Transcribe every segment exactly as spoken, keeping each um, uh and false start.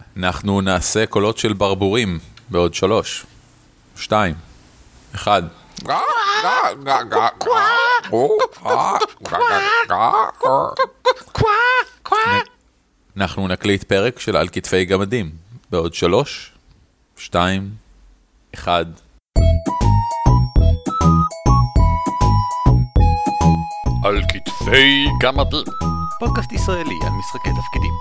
אנחנו נעשה קולות של ברבורים בעוד שלוש, שתיים, אחד. אנחנו נקליט פרק של על כתפי גמדים בעוד שלוש, שתיים, אחד. על כתפי גמדים, פודקאסט ישראלי על משחקי תפקידים.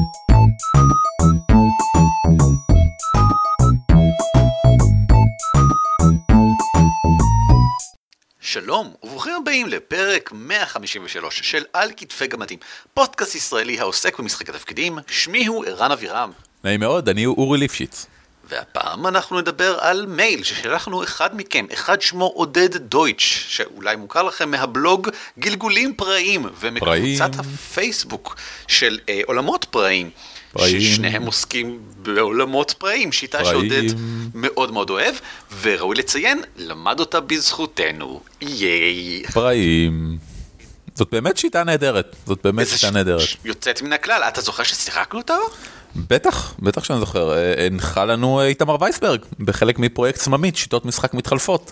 שלום וברוכים הבאים לפרק מאה חמישים ושלוש של על כתפי גמדים, פודקאסט ישראלי העוסק במשחקי תפקידים. שמי הוא ערן אבירם. נעים מאוד, אני הוא אורי ליפשיץ. והפעם אנחנו נדבר על מייל ששלחנו אחד מכם, אחד שמו עודד דויטש, שאולי מוכר לכם מהבלוג גלגולים פראים, ומקבוצת הפייסבוק של אה, עולמות פראים, פראים, ששניהם עוסקים בעולמות פראים, שיטה פראים. שעודד מאוד מאוד אוהב, וראוי לציין, למד אותה בזכותנו. ייי. פראים. זאת באמת שיטה נהדרת, זאת באמת שיטה ש... נהדרת. יוצאת מן הכלל, אתה זוכר ששיחקנו אותה? בטח, בטח שאני זוכר. הנחה לנו איתמר וייסברג, בחלק מפרויקט סממית, שיטות משחק מתחלפות.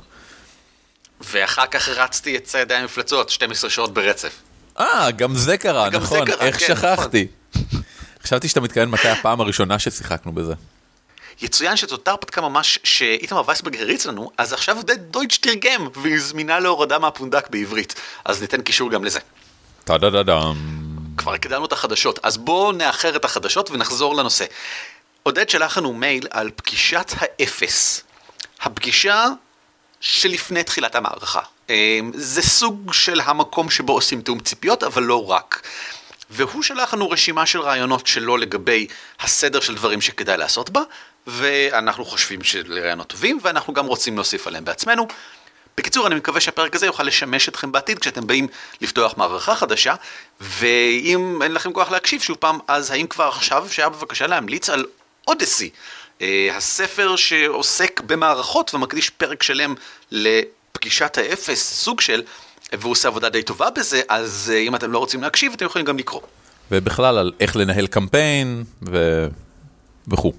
ואחר כך רצתי את צעדי המפלצות, שתים עשרה שעות ברצף. אה, גם זה קרה, גם נכון, זה קרה, איך כן, שכחתי. נכון. חשבתי שאתה מתכוון מתי הפעם הראשונה ששיחקנו בזה. יצוין שזאת הרפתקה ממש שאיתמר וייסברג הריץ לנו, אז עכשיו עודד דויטש תרגם, והזמינה להורדה מהפונדק בעברית. אז ניתן קישור גם לזה. טה-דה-דה-דם. כבר הקדמנו את החדשות, אז בואו נאחר את החדשות ונחזור לנושא. עודד שלח לנו מייל על פגישת האפס. הפגישה שלפני תחילת המערכה. זה סוג של המקום שבו עושים תאום ציפיות, אבל לא רק. והוא שלח לנו רשימה של רעיונות שלו לגבי הסדר של דברים שכדאי לעשות בה, ואנחנו חושבים שזה רעיונות טובים, ואנחנו גם רוצים להוסיף עליהם בעצמנו. בקיצור, אני מקווה שהפרק הזה יוכל לשמש אתכם בעתיד כשאתם באים לפתוח מערכה חדשה, ואם אין לכם כוח להקשיב שוב פעם, אז האם כבר עכשיו שהיה בבקשה להמליץ על אודסי, הספר שעוסק במערכות ומקדיש פרק שלם לפגישת האפס, סוג של, והוא עושה עבודה די טובה בזה, אז אם אתם לא רוצים להקשיב, אתם יכולים גם לקרוא. ובכלל על איך לנהל קמפיין ו... וכו'.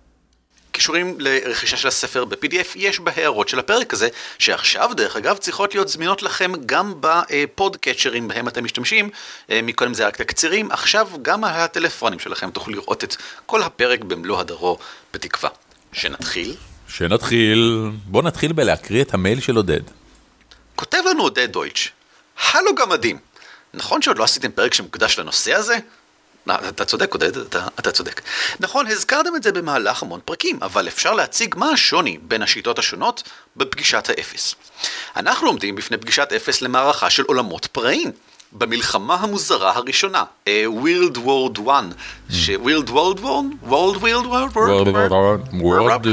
קישורים לרכישה של הספר ב-פי די אף יש בהערות של הפרק הזה, שעכשיו דרך אגב צריכות להיות זמינות לכם גם בפודקאצ'רים בהם אתם משתמשים, מקודם זה רק תקצירים, עכשיו גם על הטלפונים שלכם תוכלו לראות את כל הפרק במלוא הדרו בתקווה. שנתחיל? שנתחיל. בוא נתחיל בלהקריא את המייל של עודד. כותב לנו עודד דויטש, הלו גמדים, נכון שעוד לא עשיתם פרק שמוקדש לנושא הזה? אתה צודק, עודד, אתה, אתה צודק. נכון, הזכרתם את זה במהלך המון פרקים, אבל אפשר להציג מה השוני בין השיטות השונות בפגישת האפס. אנחנו עומדים בפני פגישת אפס למערכה של עולמות פראים, במלחמה המוזרה הראשונה, World War One, World War One, World World World World,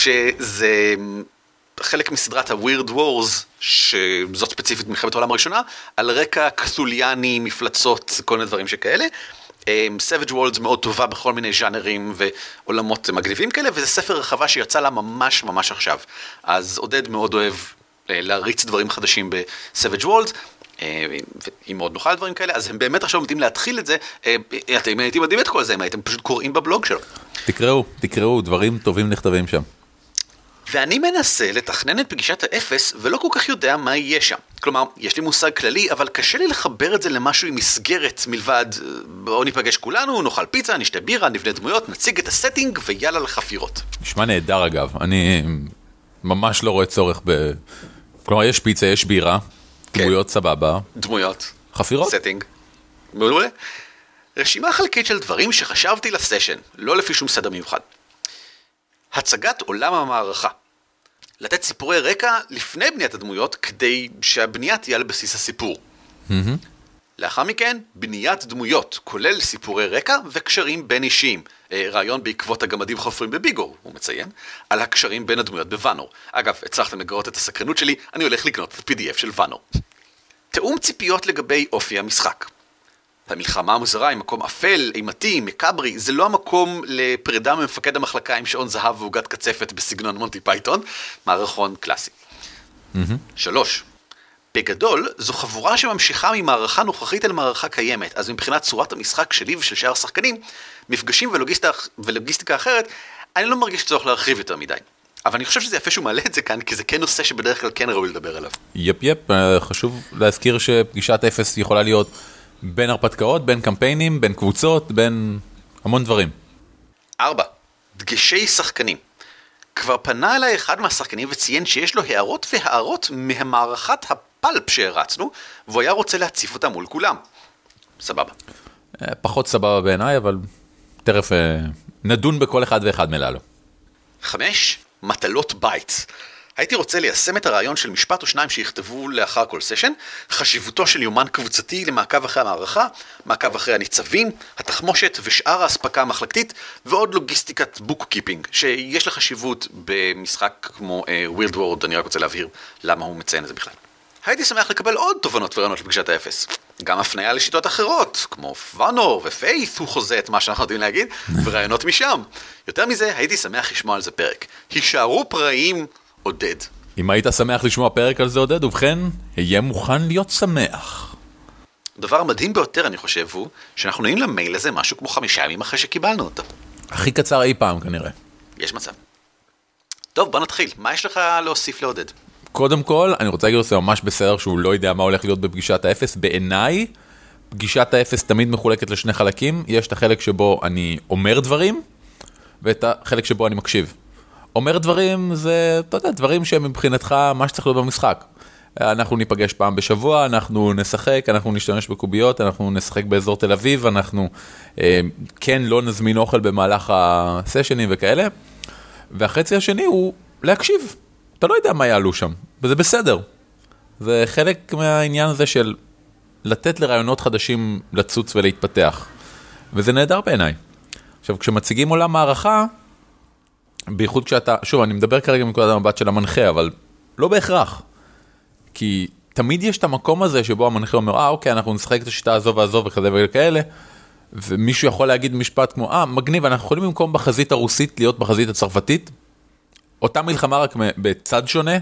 שזה חלק מסדרת ה-Weird Wars, שזאת ספציפית מלחמת העולם הראשונה, על רקע קתוליאני, מפלצות, כל מיני דברים שכאלה. Savage Worlds מאוד טובה בכל מיני ז'אנרים ועולמות מגניבים כאלה, וזה ספר רחבה שיצא לה ממש ממש עכשיו. אז עודד מאוד אוהב להריץ דברים חדשים ב-Savage Worlds, והיא מאוד נוחה לדברים כאלה, אז הם באמת עכשיו עומדים להתחיל את זה. אתם הייתם יודעים את כל זה, אם הייתם פשוט קוראים בבלוג שלו. תקראו, תקראו, דברים טובים נכתבים שם. ואני מנסה לתכנן את פגישת האפס, ולא כל כך יודע מה יהיה שם. כלומר, יש לי מושג כללי, אבל קשה לי לחבר את זה למשהו עם מסגרת מלבד, בואו ניפגש כולנו, נאכל פיצה, נשתה בירה, נבנה דמויות, נציג את הסטינג, ויאללה לחפירות. נשמע נהדר אגב, אני ממש לא רואה צורך ב... כלומר, יש פיצה, יש בירה, כן. דמויות סבבה. דמויות. חפירות? סטינג. מעולה. רשימה חלקית של דברים שחשבתי לסשן, לא לפי שום סדר מיוחד. הצגת עולם המערכה. לתת סיפורי רקע לפני בניית הדמויות, כדי שהבנייה תהיה על בסיס הסיפור. Mm-hmm. לאחר מכן, בניית דמויות, כולל סיפורי רקע וקשרים בין אישיים. רעיון בעקבות הגמדים חופרים בביגו, הוא מציין, על הקשרים בין הדמויות בוונור. אגב, הצלחתם לגרות את הסקרנות שלי, אני הולך לקנות את ה-פי די אף של וונור. תאום ציפיות לגבי אופי המשחק. המלחמה המוזרה היא מקום אפל, אימתי, מקברי, זה לא המקום לפרידה ממפקד המחלקה עם שעון זהב ועוגת קצפת בסגנון מונטי פייתון, מערכון קלאסי. Mm-hmm. שלוש, בגדול, זו חבורה שממשיכה ממערכה נוכחית אל מערכה קיימת, אז מבחינת צורת המשחק שלי ושל שאר השחקנים, מפגשים ולוגיסטיקה, ולוגיסטיקה אחרת, אני לא מרגיש צורך להרחיב יותר מדי. אבל אני חושב שזה יפה שהוא מעלה את זה כאן, כי זה כן נושא שבדרך כלל כן ראוי לדבר עליו. יפ יפ, חשוב להזכיר שפגישת אפס יכולה להיות בין הרפתקאות, בין קמפיינים, בין קבוצות, בין המון דברים. ארבע, דגשי שחקנים. כבר פנה אליי אחד מהשחקנים וציין שיש לו הערות והערות מהמערכת הפלפ שהרצנו, והוא היה רוצה להציף אותה מול כולם. סבבה. פחות סבבה בעיניי, אבל תכף נדון בכל אחד ואחד מלהלו. חמש, מטלות בית. הייתי רוצה ליישם את הרעיון של משפט או שניים שיכתבו לאחר כל סשן, חשיבותו של יומן קבוצתי למעקב אחרי המערכה, מעקב אחרי הניצבים, התחמושת ושאר ההספקה המחלקתית, ועוד לוגיסטיקת בוק-קיפינג, שיש לה חשיבות במשחק כמו ווילד uh, וורד, אני רק רוצה להבהיר למה הוא מציין את זה בכלל. הייתי שמח לקבל עוד תובנות ורעיונות לפגישת האפס. גם הפניה לשיטות אחרות, כמו פאנור ופיית' הוא חוזה את מה שאנחנו יודעים להגיד, ורעיונות משם. יותר מזה, הייתי שמח לשמוע על זה פרק. הישארו פראיים, עודד. אם היית שמח לשמוע פרק על זה עודד, ובכן, היה מוכן להיות שמח. הדבר המדהים ביותר, אני חושב, הוא שאנחנו נעים למייל הזה משהו כמו חמישה ימים אחרי שקיבלנו אותו. הכי קצר אי פעם, כנראה. יש מצב. טוב, בוא נתחיל. מה יש לך להוסיף לעודד? קודם כל, אני רוצה להגיד לו, זה ממש בסדר שהוא לא יודע מה הולך להיות בפגישת האפס. בעיניי, פגישת האפס תמיד מחולקת לשני חלקים. יש את החלק שבו אני אומר דברים, ואת החלק שבו אני מקשיב. אומר דברים זה, אתה יודע, דברים שמבחינתך מה שצריך להיות במשחק. אנחנו ניפגש פעם בשבוע, אנחנו נשחק, אנחנו נשתמש בקוביות, אנחנו נשחק באזור תל אביב, אנחנו אה, כן לא נזמין אוכל במהלך הסשנים וכאלה. והחצי השני הוא להקשיב. אתה לא יודע מה יעלו שם, וזה בסדר. זה חלק מהעניין הזה של לתת לרעיונות חדשים לצוץ ולהתפתח. וזה נהדר בעיניי. עכשיו, כשמציגים עולם מערכה, בייחוד כשאתה, שוב, אני מדבר כרגע מנקודת המבט של המנחה, אבל לא בהכרח. כי תמיד יש את המקום הזה שבו המנחה אומר, אה, אוקיי, אנחנו נשחק את השיטה הזו והזו וכזה וכאלה, ומישהו יכול להגיד משפט כמו, אה, מגניב, אנחנו יכולים במקום בחזית הרוסית להיות בחזית הצרפתית, אותה מלחמה רק בצד שונה.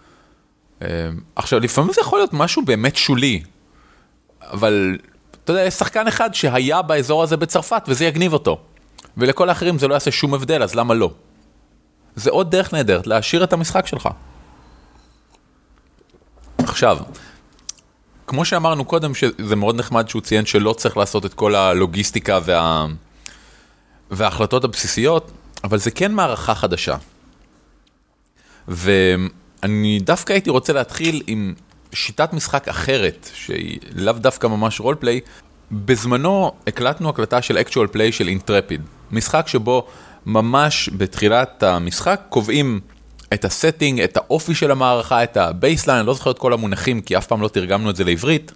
עכשיו, לפעמים זה יכול להיות משהו באמת שולי, אבל, אתה יודע, יש שחקן אחד שהיה באזור הזה בצרפת, וזה יגניב אותו. ולכל האחרים זה לא יעשה שום הבדל, אז למה לא? זה עוד דרך נהדרת, להשאיר את המשחק שלך. עכשיו, כמו שאמרנו קודם, שזה מאוד נחמד שהוא ציין שלא צריך לעשות את כל הלוגיסטיקה וה... וההחלטות הבסיסיות, אבל זה כן מערכה חדשה. ואני דווקא הייתי רוצה להתחיל עם שיטת משחק אחרת, שהיא לאו דווקא ממש רולפליי. בזמנו הקלטנו הקלטה של actual play של Intrepid, משחק שבו ממש בתחילת המשחק קובעים את הסטינג, את האופי של המערכה, את הבייסליין, אני לא זוכר את כל המונחים, כי אף פעם לא תרגמנו את זה לעברית,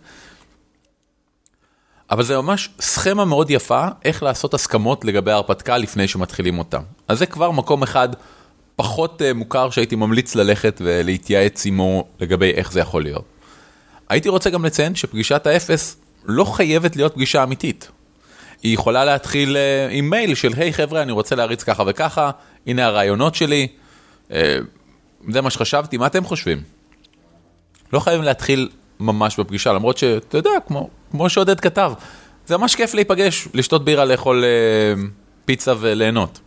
אבל זה ממש סכמה מאוד יפה, איך לעשות הסכמות לגבי ההרפתקה לפני שמתחילים אותם. אז זה כבר מקום אחד פחות מוכר שהייתי ממליץ ללכת ולהתייעץ עמו לגבי איך זה יכול להיות. הייתי רוצה גם לציין שפגישת האפס לא חייבת להיות פגישה אמיתית. היא יכולה להתחיל עם מייל של, היי חבר'ה, אני רוצה להריץ ככה וככה, הנה הרעיונות שלי, זה מה שחשבתי, מה אתם חושבים? לא חייבים להתחיל ממש בפגישה, למרות שאתה יודע, כמו, כמו שעודד כתב, זה ממש כיף להיפגש, לשתות בירה, לאכול פיצה וליהנות.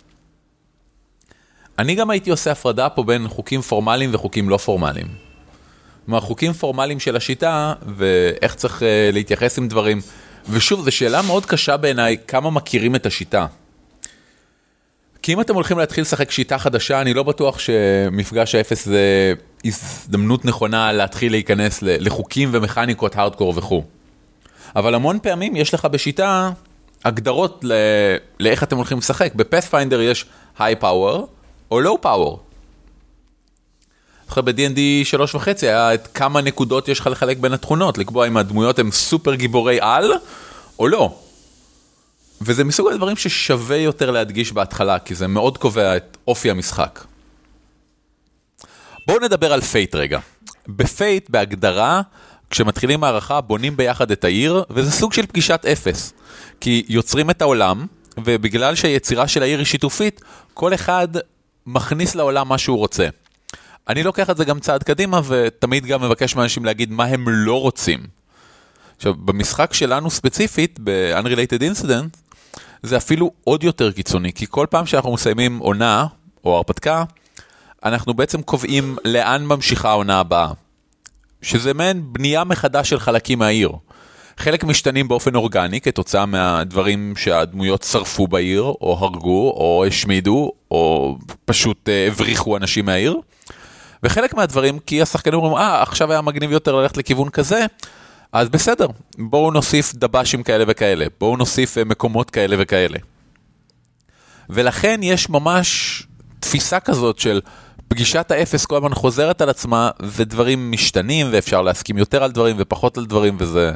אני גם הייתי עושה הפרדה פה בין חוקים פורמליים וחוקים לא פורמליים. כלומר, חוקים פורמליים של השיטה, ואיך צריך להתייחס עם דברים. ושוב, זו שאלה מאוד קשה בעיניי, כמה מכירים את השיטה. כי אם אתם הולכים להתחיל לשחק שיטה חדשה, אני לא בטוח שמפגש האפס זה הזדמנות נכונה להתחיל להיכנס לחוקים ומכניקות, הארדקור וכו'. אבל המון פעמים יש לך בשיטה הגדרות לאיך אתם הולכים לשחק. בפאת'פיינדר יש high power או low power. אחרי ב-די אנד די שלוש וחצי היה את כמה נקודות יש לך לחלק בין התכונות, לקבוע אם הדמויות הן סופר גיבורי על או לא. וזה מסוג הדברים ששווה יותר להדגיש בהתחלה, כי זה מאוד קובע את אופי המשחק. בואו נדבר על פייט רגע. בפייט, בהגדרה, כשמתחילים מערכה, בונים ביחד את העיר, וזה סוג של פגישת אפס. כי יוצרים את העולם, ובגלל שהיצירה של העיר היא שיתופית, כל אחד מכניס לעולם מה שהוא רוצה. אני לוקח את זה גם צעד קדימה, ותמיד גם מבקש מאנשים להגיד מה הם לא רוצים. עכשיו, במשחק שלנו ספציפית, ב-Unrelated Incident, זה אפילו עוד יותר קיצוני, כי כל פעם שאנחנו מסיימים עונה, או הרפתקה, אנחנו בעצם קובעים לאן ממשיכה העונה הבאה. שזה מעין בנייה מחדש של חלקים מהעיר. חלק משתנים באופן אורגני, כתוצאה מהדברים שהדמויות שרפו בעיר, או הרגו, או השמידו, או פשוט הבריחו אנשים מהעיר. וחלק מהדברים, כי השחקנים אומרים, אה, עכשיו היה מגניב יותר ללכת לכיוון כזה, אז בסדר, בואו נוסיף דבשים כאלה וכאלה, בואו נוסיף מקומות כאלה וכאלה. ולכן יש ממש תפיסה כזאת של פגישת האפס כל הזמן חוזרת על עצמה, ודברים משתנים, ואפשר להסכים יותר על דברים ופחות על דברים, וזה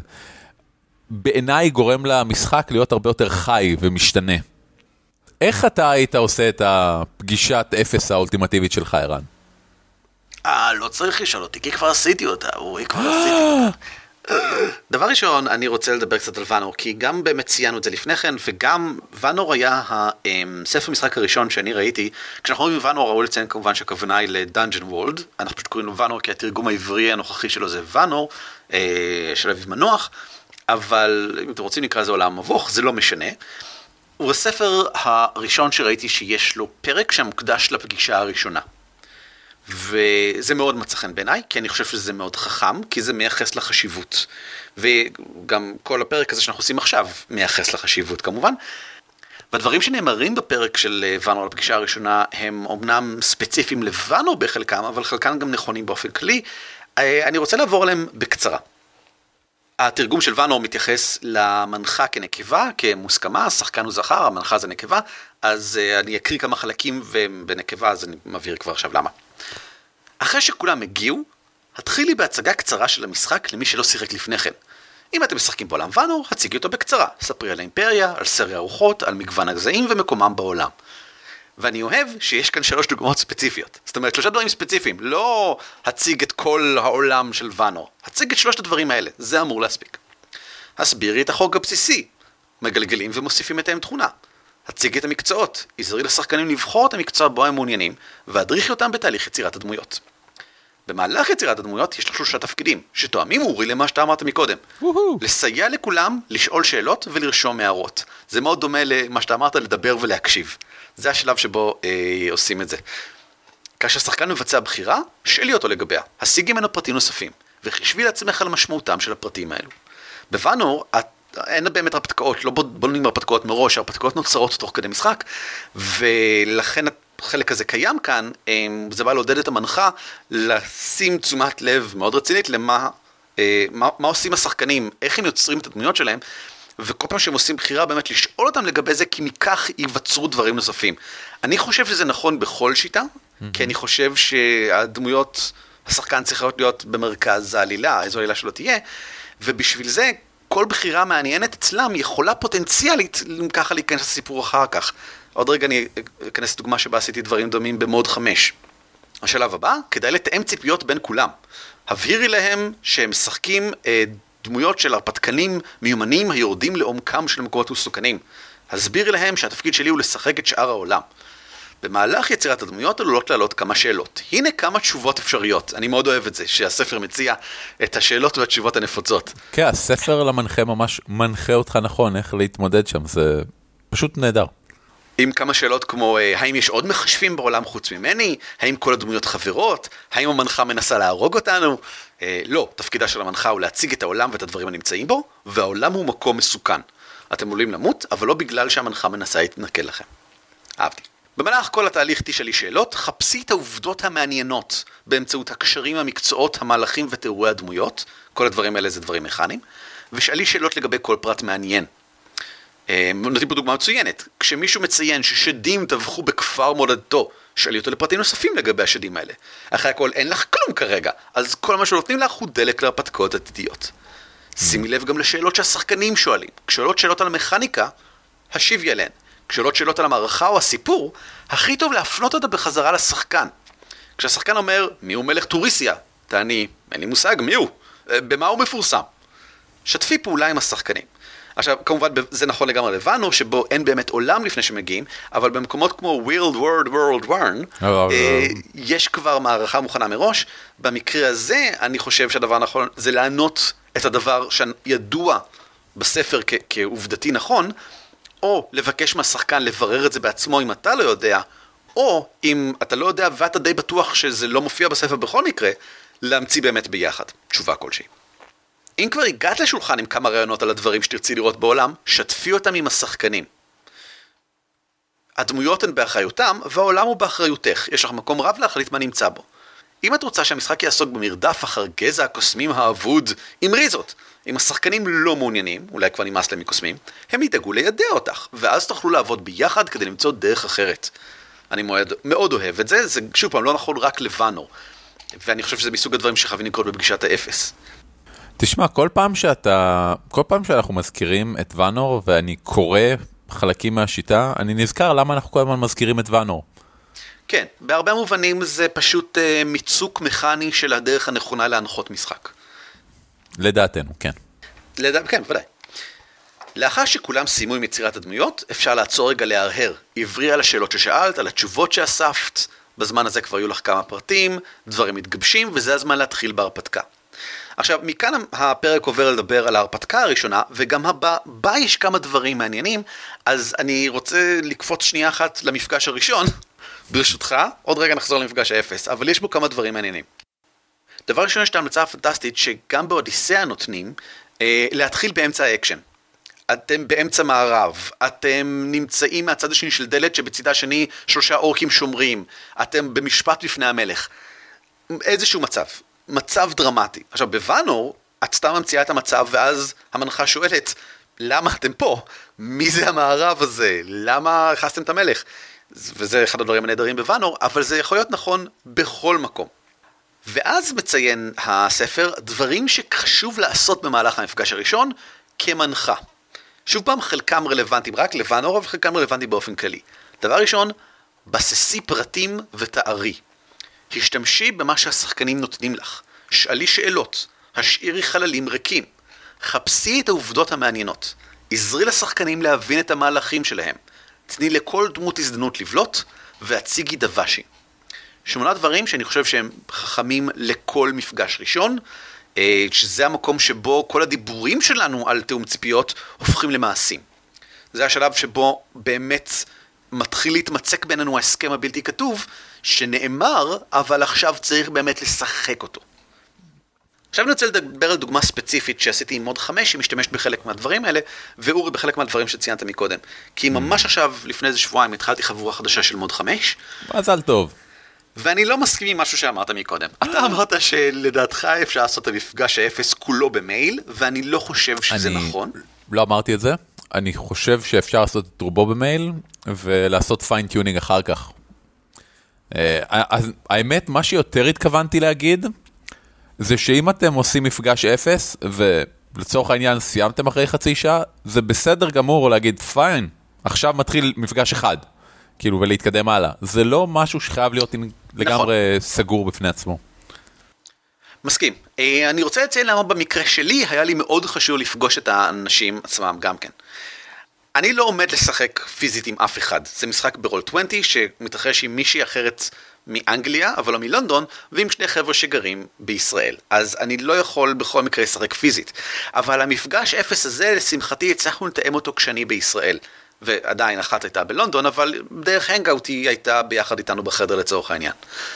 בעיניי גורם למשחק להיות הרבה יותר חי ומשתנה. איך אתה היית עושה את הפגישת אפס האולטימטיבית שלך, ערן? אה, לא צריך לשאול אותי, כי כבר עשיתי אותה, אורי, כבר עשיתי אותה. דבר ראשון, אני רוצה לדבר קצת על ואנור, כי גם באמת ציינו את זה לפני כן, וגם ואנור היה הספר משחק הראשון שאני ראיתי. כשאנחנו רואים ואנור, ראו לציין כמובן שהכוונה היא לדאנג'ן וולד, אנחנו פשוט קוראים לו ואנור, כי התרגום העברי הנוכחי שלו זה ואנור, של אביב מנוח, אבל אם אתם רוצים נקרא זה עולם מבוך, זה לא משנה. הוא הספר הראשון שראיתי שיש לו פרק שמוקדש לפגישה הראשונה. וזה מאוד מצא חן בעיניי, כי אני חושב שזה מאוד חכם, כי זה מייחס לחשיבות. וגם כל הפרק הזה שאנחנו עושים עכשיו מייחס לחשיבות כמובן. והדברים שנאמרים בפרק של ואנור לפגישה הראשונה הם אומנם ספציפיים לוואנור בחלקם, אבל חלקם גם נכונים באופן כללי. אני רוצה לעבור עליהם בקצרה. התרגום של ואנור מתייחס למנחה כנקבה, כמוסכמה, השחקן הוא זכר, המנחה זה נקבה, אז אני אקריא כמה חלקים ובנקבה, אז אני מבהיר כבר עכשיו למה. אחרי שכולם הגיעו, התחילי בהצגה קצרה של המשחק למי שלא שיחק לפני כן. אם אתם משחקים בעולם ואנור, הציגי אותו בקצרה. ספרי על האימפריה, על סרי הרוחות, על מגוון הגזעים ומקומם בעולם. ואני אוהב שיש כאן שלוש דוגמאות ספציפיות. זאת אומרת, שלושה דברים ספציפיים. לא הציג את כל העולם של ואנור. הציג את שלושת הדברים האלה. זה אמור להספיק. הסבירי את החוק הבסיסי. מגלגלים ומוסיפים את הם תכונה. הציגי את המקצועות. עזרי לשחקנים לבחור את המקצוע בו הם מעוניינים, והדריכי אותם בתהליך יצירת הדמויות. במהלך יצירת הדמויות יש לו שלושה תפקידים, שתואמים אורי למה שאתה אמרת מקודם. לסייע לכולם, לשאול שאלות ולרשום הערות. זה מאוד דומה למה שאתה אמרת, לדבר ולהקשיב. זה השלב שבו אה, עושים את זה. כאשר שחקן מבצע בחירה, שאלי אותו לגביה. השיגי ממנו פרטים נוספים, וחשבי לעצמך על משמעותם של הפרטים האלו. בוואנור, אין באמת הרפתקאות, לא בונים הרפתקאות מראש, הרפתקאות נוצרות תוך כדי משחק, ולכן החלק הזה קיים כאן, זה בא לעודד את המנחה לשים תשומת לב מאוד רצינית למה מה, מה עושים השחקנים, איך הם יוצרים את הדמויות שלהם, וכל פעם שהם עושים בחירה באמת לשאול אותם לגבי זה, כי מכך ייווצרו דברים נוספים. אני חושב שזה נכון בכל שיטה, mm-hmm. כי אני חושב שהדמויות, השחקן צריכות להיות במרכז העלילה, איזו עלילה שלא תהיה, ובשביל זה כל בחירה מעניינת אצלם יכולה פוטנציאלית ככה להיכנס לסיפור אחר כך. עוד רגע אני אכנס לדוגמה שבה עשיתי דברים דומים במוד חמש. השלב הבא, כדאי לתאם ציפיות בין כולם. הבהירי להם שהם משחקים אה, דמויות של הרפתקנים מיומנים היורדים לעומקם של מקומות מסוכנים. הסבירי להם שהתפקיד שלי הוא לשחק את שאר העולם. במהלך יצירת הדמויות עלולות לעלות כמה שאלות. הנה כמה תשובות אפשריות. אני מאוד אוהב את זה, שהספר מציע את השאלות והתשובות הנפוצות. כן, הספר למנחה ממש מנחה אותך נכון, איך להתמודד שם, זה פשוט נהדר. עם כמה שאלות כמו, האם יש עוד מחשבים בעולם חוץ ממני? האם כל הדמויות חברות? האם המנחה מנסה להרוג אותנו? אה, לא, תפקידה של המנחה הוא להציג את העולם ואת הדברים הנמצאים בו, והעולם הוא מקום מסוכן. אתם עולים למות, אבל לא בגלל שהמנחה מנסה להתנכל לכם. אהבתי. במהלך כל התהליך תשאלי שאלות, חפשי את העובדות המעניינות באמצעות הקשרים, המקצועות, המהלכים ותיאורי הדמויות. כל הדברים האלה זה דברים מכניים. ושאלי שאלות לגבי כל פרט מעניין. נותנים פה דוגמה מצוינת. כשמישהו מציין ששדים טבחו בכפר מולדתו, שאלי אותו לפרטים נוספים לגבי השדים האלה. אחרי הכל אין לך כלום כרגע, אז כל מה שנותנים לך הוא דלק להרפתקאות עתידיות. שימי לב גם לשאלות שהשחקנים שואלים. כשאלות שאלות על המכניקה, השיבי עליהן. כשאלות שאלות על המערכה או הסיפור, הכי טוב להפנות אותה בחזרה לשחקן. כשהשחקן אומר, מי הוא מלך טוריסיה? תעני, אין לי מושג, מי הוא? במה הוא מפורסם? שתפי פעולה עם השחקנים. עכשיו, כמובן, זה נכון לגמרי לבנו, שבו אין באמת עולם לפני שמגיעים, אבל במקומות כמו World World World One, יש כבר מערכה מוכנה מראש. במקרה הזה, אני חושב שהדבר הנכון זה לענות את הדבר שידוע בספר כעובדתי נכון, או לבקש מהשחקן לברר את זה בעצמו אם אתה לא יודע, או אם אתה לא יודע ואתה די בטוח שזה לא מופיע בספר בכל מקרה, להמציא באמת ביחד תשובה כלשהי. אם כבר הגעת לשולחן עם כמה רעיונות על הדברים שתרצי לראות בעולם, שתפי אותם עם השחקנים. הדמויות הן באחריותם, והעולם הוא באחריותך. יש לך מקום רב להחליט מה נמצא בו. אם את רוצה שהמשחק יעסוק במרדף אחר גזע הקוסמים האבוד, אמרי זאת. אם השחקנים לא מעוניינים, אולי כבר נמאס להם מקוסמים, הם ידאגו לידע אותך, ואז תוכלו לעבוד ביחד כדי למצוא דרך אחרת. אני מאוד, מאוד אוהב את זה, זה שוב פעם לא נכון רק לבנור. ואני חושב שזה מסוג הדברים שחייבים לקרות בפגישת האפס. תשמע, כל פעם שאתה, כל פעם שאנחנו מזכירים את ונור, ואני קורא חלקים מהשיטה, אני נזכר למה אנחנו כל הזמן מזכירים את ונור. כן, בהרבה מובנים זה פשוט uh, מיצוק מכני של הדרך הנכונה להנחות משחק. לדעתנו, כן. לדע... כן, ודאי. לאחר שכולם סיימו עם יצירת הדמויות, אפשר לעצור רגע להרהר. עברי על השאלות ששאלת, על התשובות שאספת, בזמן הזה כבר יהיו לך כמה פרטים, דברים מתגבשים, וזה הזמן להתחיל בהרפתקה. עכשיו, מכאן הפרק עובר לדבר על ההרפתקה הראשונה, וגם הבא, בה יש כמה דברים מעניינים, אז אני רוצה לקפוץ שנייה אחת למפגש הראשון, ברשותך, עוד רגע נחזור למפגש האפס, אבל יש בו כמה דברים מעניינים. דבר ראשון, יש את ההמלצה הפנטסטית, שגם באודיסאה נותנים, אה, להתחיל באמצע האקשן. אתם באמצע מערב, אתם נמצאים מהצד השני של דלת, שבצדה השני שלושה אורקים שומרים, אתם במשפט בפני המלך. איזשהו מצב. מצב דרמטי. עכשיו, בוונור, את סתם ממציאה את המצב, ואז המנחה שואלת, למה אתם פה? מי זה המערב הזה? למה הכנסתם את המלך? וזה אחד הדברים הנהדרים בוונור, אבל זה יכול להיות נכון בכל מקום. ואז מציין הספר דברים שחשוב לעשות במהלך המפגש הראשון כמנחה. שוב פעם, חלקם רלוונטיים רק לוונור, אבל חלקם רלוונטיים באופן כללי. דבר ראשון, בססי פרטים ותארי. השתמשי במה שהשחקנים נותנים לך. שאלי שאלות. השאירי חללים ריקים. חפשי את העובדות המעניינות. עזרי לשחקנים להבין את המהלכים שלהם. תני לכל דמות הזדמנות לבלוט, והציגי דוושי. שמונה דברים שאני חושב שהם חכמים לכל מפגש ראשון, שזה המקום שבו כל הדיבורים שלנו על תאום ציפיות הופכים למעשים. זה השלב שבו באמת מתחיל להתמצק בינינו ההסכם הבלתי כתוב, שנאמר, אבל עכשיו צריך באמת לשחק אותו. עכשיו אני רוצה לדבר על דוגמה ספציפית שעשיתי עם מוד חמש, שמשתמשת בחלק מהדברים האלה, ואורי בחלק מהדברים שציינת מקודם. כי ממש עכשיו, לפני איזה שבועיים, התחלתי חבורה חדשה של מוד חמש. מזל טוב. ואני לא מסכים עם משהו שאמרת מקודם. אתה אמרת שלדעתך אפשר לעשות את המפגש האפס כולו במייל, ואני לא חושב שזה אני נכון. לא אמרתי את זה. אני חושב שאפשר לעשות את רובו במייל, ולעשות פיין-טיונינג אחר כך. אז האמת, מה שיותר התכוונתי להגיד, זה שאם אתם עושים מפגש אפס, ולצורך העניין סיימתם אחרי חצי שעה, זה בסדר גמור להגיד, פיין, עכשיו מתחיל מפגש אחד, כאילו, ולהתקדם הלאה. זה לא משהו שחייב להיות לגמרי סגור בפני עצמו. מסכים. אני רוצה לציין למה במקרה שלי, היה לי מאוד חשוב לפגוש את האנשים עצמם גם כן. אני לא עומד לשחק פיזית עם אף אחד. זה משחק ברול עשרים שמתרחש עם מישהי אחרת מאנגליה, אבל לא מלונדון, ועם שני חבר'ה שגרים בישראל. אז אני לא יכול בכל מקרה לשחק פיזית. אבל המפגש אפס הזה, לשמחתי, הצלחנו לתאם אותו כשאני בישראל. ועדיין אחת הייתה בלונדון, אבל דרך הנגאוט היא הייתה ביחד איתנו בחדר לצורך העניין.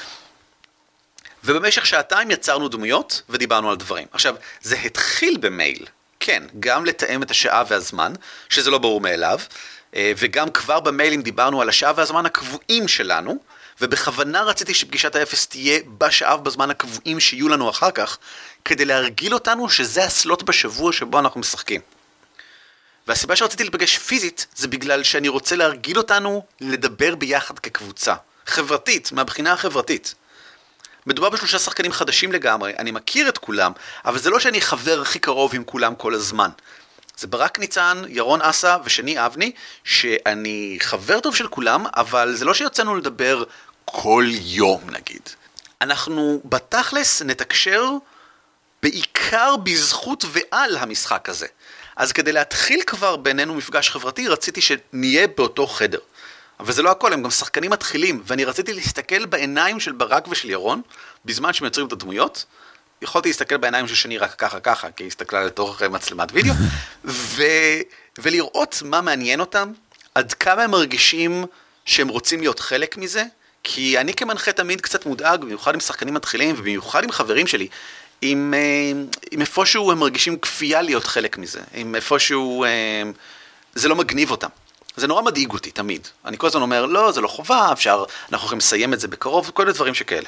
ובמשך שעתיים יצרנו דמויות ודיברנו על דברים. עכשיו, זה התחיל במייל. כן, גם לתאם את השעה והזמן, שזה לא ברור מאליו, וגם כבר במיילים דיברנו על השעה והזמן הקבועים שלנו, ובכוונה רציתי שפגישת האפס תהיה בשעה ובזמן הקבועים שיהיו לנו אחר כך, כדי להרגיל אותנו שזה הסלוט בשבוע שבו אנחנו משחקים. והסיבה שרציתי לפגש פיזית, זה בגלל שאני רוצה להרגיל אותנו לדבר ביחד כקבוצה, חברתית, מהבחינה החברתית. מדובר בשלושה שחקנים חדשים לגמרי, אני מכיר את כולם, אבל זה לא שאני חבר הכי קרוב עם כולם כל הזמן. זה ברק ניצן, ירון אסה ושני אבני, שאני חבר טוב של כולם, אבל זה לא שיוצאנו לדבר כל יום נגיד. אנחנו בתכלס נתקשר בעיקר בזכות ועל המשחק הזה. אז כדי להתחיל כבר בינינו מפגש חברתי, רציתי שנהיה באותו חדר. אבל זה לא הכל, הם גם שחקנים מתחילים, ואני רציתי להסתכל בעיניים של ברק ושל ירון, בזמן שמייצרים את הדמויות, יכולתי להסתכל בעיניים של שני רק ככה ככה, כי היא הסתכלה לתוך מצלמת וידאו, ו... ולראות מה מעניין אותם, עד כמה הם מרגישים שהם רוצים להיות חלק מזה, כי אני כמנחה תמיד קצת מודאג, במיוחד עם שחקנים מתחילים, ובמיוחד עם חברים שלי, עם, עם איפשהו הם מרגישים כפייה להיות חלק מזה, עם איפשהו זה לא מגניב אותם. זה נורא מדאיג אותי תמיד. אני כל הזמן אומר, לא, זה לא חובה, אפשר, אנחנו יכולים לסיים את זה בקרוב, כל מיני דברים שכאלה.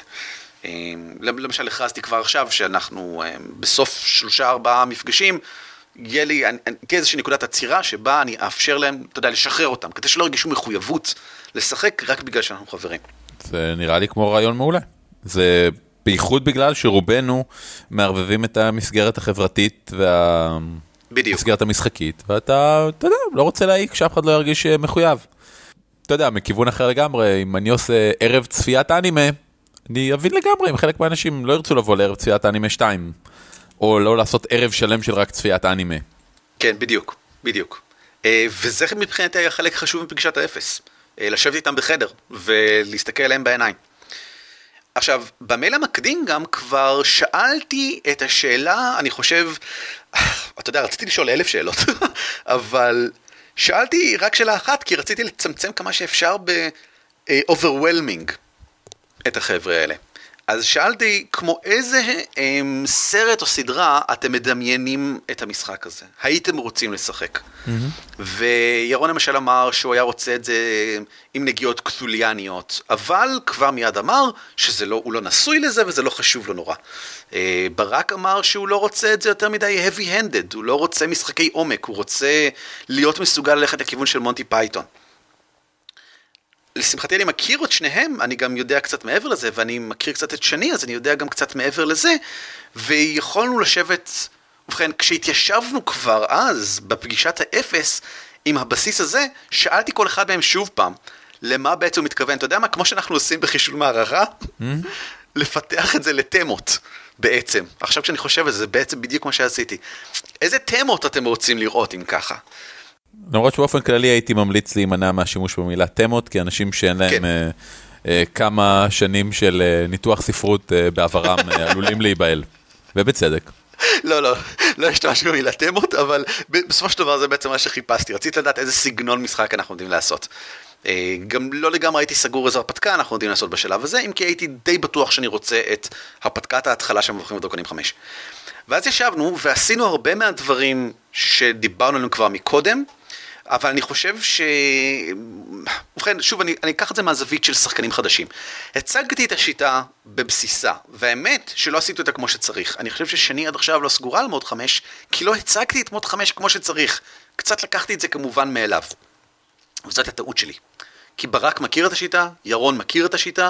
למשל, הכרזתי כבר עכשיו שאנחנו בסוף שלושה ארבעה מפגשים, יהיה לי איזושהי נקודת עצירה שבה אני אאפשר להם, אתה יודע, לשחרר אותם, כדי שלא ירגישו מחויבות לשחק רק בגלל שאנחנו חברים. זה נראה לי כמו רעיון מעולה. זה בייחוד בגלל שרובנו מערבבים את המסגרת החברתית וה... בדיוק. מסגרת המשחקית, ואתה, אתה יודע, לא רוצה להעיק שאף אחד לא ירגיש מחויב. אתה יודע, מכיוון אחר לגמרי, אם אני עושה ערב צפיית אנימה, אני אבין לגמרי אם חלק מהאנשים לא ירצו לבוא לערב צפיית אנימה שתיים, או לא לעשות ערב שלם של רק צפיית אנימה. כן, בדיוק, בדיוק. וזה מבחינתי היה חלק חשוב מפגישת האפס. לשבת איתם בחדר, ולהסתכל עליהם בעיניים. עכשיו, במייל המקדים גם כבר שאלתי את השאלה, אני חושב, אתה יודע, רציתי לשאול אלף שאלות, אבל שאלתי רק שאלה אחת, כי רציתי לצמצם כמה שאפשר ב-overwhelming את החבר'ה האלה. אז שאלתי, כמו איזה הם, סרט או סדרה אתם מדמיינים את המשחק הזה? הייתם רוצים לשחק? Mm-hmm. וירון למשל אמר שהוא היה רוצה את זה עם נגיעות קתוליאניות, אבל כבר מיד אמר שהוא לא נשוי לזה וזה לא חשוב לו נורא. ברק אמר שהוא לא רוצה את זה יותר מדי heavy-handed, הוא לא רוצה משחקי עומק, הוא רוצה להיות מסוגל ללכת לכיוון של מונטי פייתון. לשמחתי אני מכיר את שניהם, אני גם יודע קצת מעבר לזה, ואני מכיר קצת את שני, אז אני יודע גם קצת מעבר לזה, ויכולנו לשבת, ובכן, כשהתיישבנו כבר אז, בפגישת האפס, עם הבסיס הזה, שאלתי כל אחד מהם שוב פעם, למה בעצם הוא מתכוון, אתה יודע מה, כמו שאנחנו עושים בחישול מערכה, לפתח את זה לתמות, בעצם. עכשיו כשאני חושב על זה, זה בעצם בדיוק מה שעשיתי. איזה תמות אתם רוצים לראות אם ככה? למרות שבאופן כללי הייתי ממליץ להימנע מהשימוש במילה תמות, כי אנשים שאין להם כן. אה, אה, כמה שנים של אה, ניתוח ספרות אה, בעברם אה, עלולים להיבהל, ובצדק. לא, לא, לא יש משהו במילה תמות, אבל בסופו של דבר זה בעצם מה שחיפשתי. רציתי לדעת איזה סגנון משחק אנחנו יודעים לעשות. אה, גם לא לגמרי הייתי סגור איזה הרפתקה אנחנו יודעים לעשות בשלב הזה, אם כי הייתי די בטוח שאני רוצה את הרפתקת ההתחלה שמבחרים בדרקונים חמש. ואז ישבנו ועשינו הרבה מהדברים שדיברנו עליהם כבר מקודם, אבל אני חושב ש... ובכן, שוב, אני, אני אקח את זה מהזווית של שחקנים חדשים. הצגתי את השיטה בבסיסה, והאמת שלא עשיתי אותה כמו שצריך. אני חושב ששני עד עכשיו לא סגורה על מוד חמש, כי לא הצגתי את מוד חמש כמו שצריך. קצת לקחתי את זה כמובן מאליו. וזאת הטעות שלי. כי ברק מכיר את השיטה, ירון מכיר את השיטה,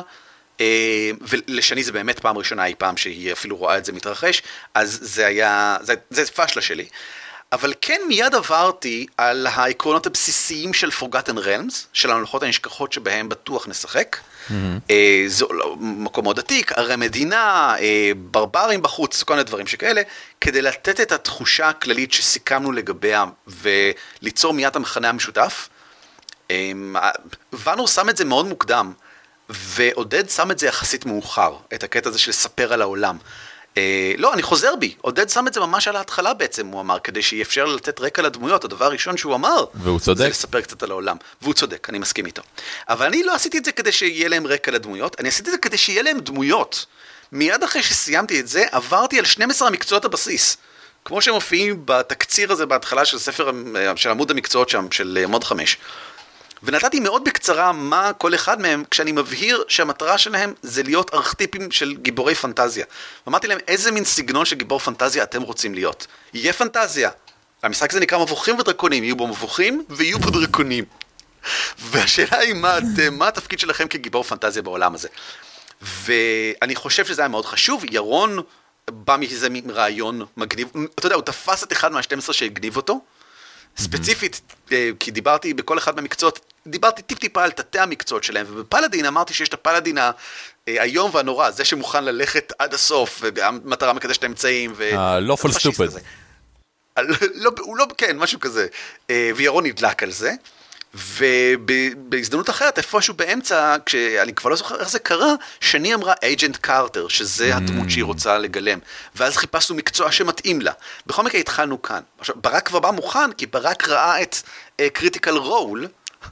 ולשני זה באמת פעם ראשונה אי פעם שהיא אפילו רואה את זה מתרחש, אז זה היה, זה, זה פשלה שלי. אבל כן מיד עברתי על העקרונות הבסיסיים של Forgotten Realms, של המלכות הנשכחות שבהם בטוח נשחק. Mm-hmm. זה מקום מאוד עתיק, ערי מדינה, ברברים בחוץ, כל מיני דברים שכאלה, כדי לתת את התחושה הכללית שסיכמנו לגביה, וליצור מיד המחנה המשותף. ונור שם את זה מאוד מוקדם, ועודד שם את זה יחסית מאוחר, את הקטע הזה של לספר על העולם. לא, אני חוזר בי, עודד שם את זה ממש על ההתחלה בעצם, הוא אמר, כדי שיאפשר לתת רקע לדמויות, הדבר הראשון שהוא אמר, והוא צודק. זה לספר קצת על העולם, והוא צודק, אני מסכים איתו. אבל אני לא עשיתי את זה כדי שיהיה להם רקע לדמויות, אני עשיתי את זה כדי שיהיה להם דמויות. מיד אחרי שסיימתי את זה, עברתי על שנים עשר המקצועות הבסיס, כמו שהם מופיעים בתקציר הזה בהתחלה של ספר, של עמוד המקצועות שם, של מוד חמש. ונתתי מאוד בקצרה מה כל אחד מהם, כשאני מבהיר שהמטרה שלהם זה להיות ארכטיפים של גיבורי פנטזיה. ואמרתי להם, איזה מין סגנון של גיבור פנטזיה אתם רוצים להיות? יהיה פנטזיה. המשחק הזה נקרא מבוכים ודרקונים, יהיו בו מבוכים ויהיו בו דרקונים. והשאלה היא מה, מה התפקיד שלכם כגיבור פנטזיה בעולם הזה. ואני חושב שזה היה מאוד חשוב. ירון בא מזה רעיון מגניב. אתה יודע, הוא תפס את אחד מה-שתים עשרה שהגניב אותו. ספציפית, כי דיברתי בכל אחד מהמקצועות, דיברתי טיפ-טיפה על תתי המקצועות שלהם, ובפלדין אמרתי שיש את הפלדין היום והנורא, זה שמוכן ללכת עד הסוף, והמטרה מקדשת האמצעים, ה-lawful stupid. לא, הוא לא, כן, משהו כזה. וירון נדלק על זה, ובהזדמנות אחרת, איפשהו באמצע, כשאני כבר לא זוכר איך זה קרה, שני אמרה אייג'נט קארטר, שזה הדמות שהיא רוצה לגלם, ואז חיפשנו מקצוע שמתאים לה. בכל מקרה התחלנו כאן. עכשיו, ברק כבר בא מוכן, כי ברק ראה את קריטיקל רול,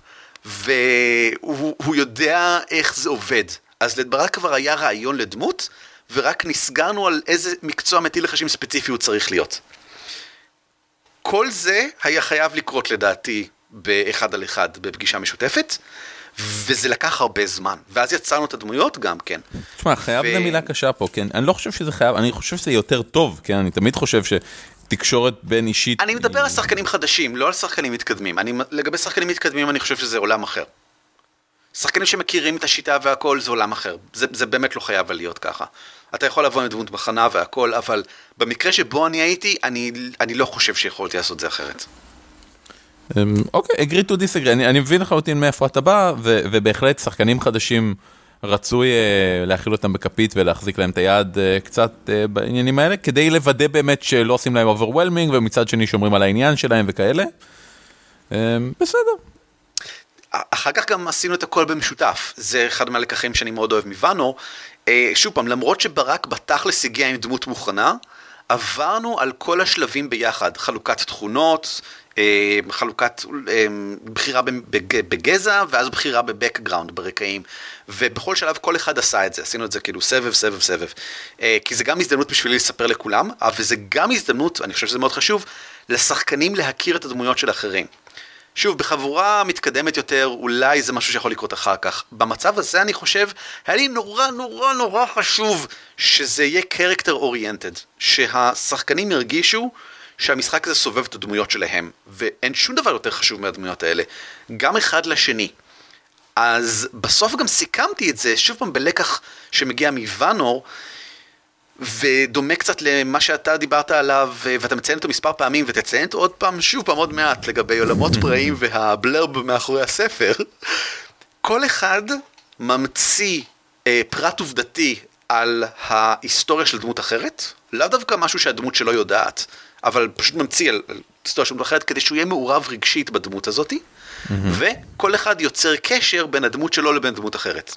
והוא יודע איך זה עובד. אז לברק כבר היה רעיון לדמות, ורק נסגרנו על איזה מקצוע מטיל לחשים ספציפי הוא צריך להיות. כל זה היה חייב לקרות לדעתי באחד על אחד בפגישה משותפת, וזה לקח הרבה זמן. ואז יצרנו את הדמויות גם, כן. תשמע, חייב זה מילה קשה פה, כן? אני לא חושב שזה חייב, אני חושב שזה יותר טוב, כן? אני תמיד חושב שתקשורת בין אישית... אני מדבר על שחקנים חדשים, לא על שחקנים מתקדמים. אני, לגבי שחקנים מתקדמים אני חושב שזה עולם אחר. שחקנים שמכירים את השיטה והכל זה עולם אחר. זה, זה באמת לא חייב להיות ככה. אתה יכול לבוא עם דמות בחנה והכל, אבל במקרה שבו אני הייתי, אני, אני לא חושב שיכולתי לעשות זה אחרת. אוקיי, agree to disagree. אני, אני מבין לחלוטין מאיפה אתה בא, ו, ובהחלט שחקנים חדשים רצוי uh, להכיל אותם בכפית ולהחזיק להם את היד uh, קצת uh, בעניינים האלה, כדי לוודא באמת שלא עושים להם overwhelming, ומצד שני שומרים על העניין שלהם וכאלה. Um, בסדר. אחר כך גם עשינו את הכל במשותף. זה אחד מהלקחים שאני מאוד אוהב מוואנור. Uh, שוב פעם, למרות שברק בתכלס הגיע עם דמות מוכנה, עברנו על כל השלבים ביחד. חלוקת תכונות, חלוקת בחירה בגזע, ואז בחירה בבקגראונד, ברקעים, ובכל שלב כל אחד עשה את זה, עשינו את זה כאילו סבב, סבב, סבב, כי זה גם הזדמנות בשבילי לספר לכולם, אבל זה גם הזדמנות, אני חושב שזה מאוד חשוב, לשחקנים להכיר את הדמויות של האחרים. שוב, בחבורה מתקדמת יותר, אולי זה משהו שיכול לקרות אחר כך. במצב הזה אני חושב, היה לי נורא נורא נורא חשוב שזה יהיה character oriented, שהשחקנים ירגישו שהמשחק הזה סובב את הדמויות שלהם, ואין שום דבר יותר חשוב מהדמויות האלה, גם אחד לשני. אז בסוף גם סיכמתי את זה, שוב פעם בלקח שמגיע מוואנור, ודומה קצת למה שאתה דיברת עליו, ואתה מציין אותו מספר פעמים, ותציין אותו עוד פעם, שוב פעם עוד מעט, לגבי עולמות פראים והבלרב מאחורי הספר. כל אחד ממציא אה, פרט עובדתי על ההיסטוריה של דמות אחרת, לאו דווקא משהו שהדמות שלו יודעת, אבל פשוט ממציא על היסטוריה של דמות אחרת, כדי שהוא יהיה מעורב רגשית בדמות הזאת, mm-hmm. וכל אחד יוצר קשר בין הדמות שלו לבין דמות אחרת.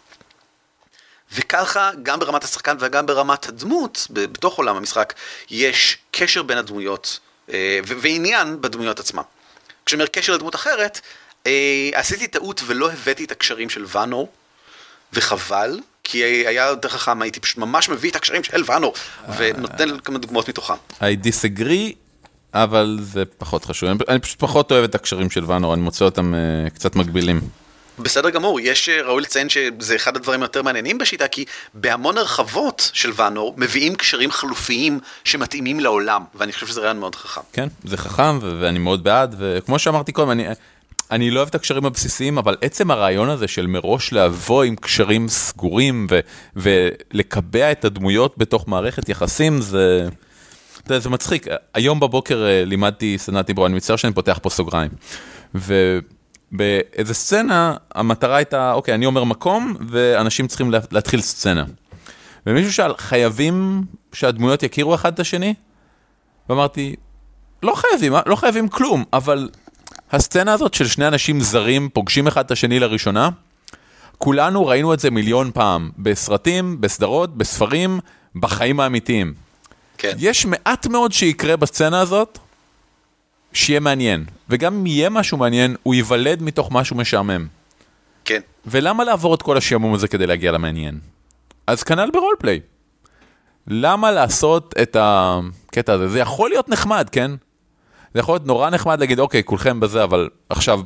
וככה, גם ברמת השחקן וגם ברמת הדמות, בתוך עולם המשחק, יש קשר בין הדמויות, ועניין בדמויות עצמה. כשאומר קשר לדמות אחרת, עשיתי טעות ולא הבאתי את הקשרים של ואנור, וחבל, כי היה יותר חכם, הייתי פשוט ממש מביא את הקשרים של ואנור, ונותן כמה דוגמאות מתוכם. I disagree, אבל זה פחות חשוב. אני פשוט פחות אוהב את הקשרים של ואנור, אני מוצא אותם קצת מגבילים. בסדר גמור, יש ראוי לציין שזה אחד הדברים יותר מעניינים בשיטה, כי בהמון הרחבות של ואנור מביאים קשרים חלופיים שמתאימים לעולם, ואני חושב שזה רעיון מאוד חכם. כן, זה חכם, ואני מאוד בעד, וכמו שאמרתי קודם, אני, אני לא אוהב את הקשרים הבסיסיים, אבל עצם הרעיון הזה של מראש לבוא עם קשרים סגורים, ו, ולקבע את הדמויות בתוך מערכת יחסים, זה, זה, זה מצחיק. היום בבוקר לימדתי סדנת דיברו, אני מצטער שאני פותח פה סוגריים, ו... באיזה סצנה, המטרה הייתה, אוקיי, אני אומר מקום, ואנשים צריכים להתחיל סצנה. ומישהו שאל, חייבים שהדמויות יכירו אחד את השני? ואמרתי, לא חייבים, לא חייבים כלום, אבל הסצנה הזאת של שני אנשים זרים פוגשים אחד את השני לראשונה, כולנו ראינו את זה מיליון פעם, בסרטים, בסדרות, בספרים, בחיים האמיתיים. כן. יש מעט מאוד שיקרה בסצנה הזאת, שיהיה מעניין, וגם אם יהיה משהו מעניין, הוא ייוולד מתוך משהו משעמם. כן. ולמה לעבור את כל השעמום הזה כדי להגיע למעניין? אז כנ"ל ברולפליי. למה לעשות את הקטע הזה? זה יכול להיות נחמד, כן? זה יכול להיות נורא נחמד להגיד, אוקיי, כולכם בזה, אבל עכשיו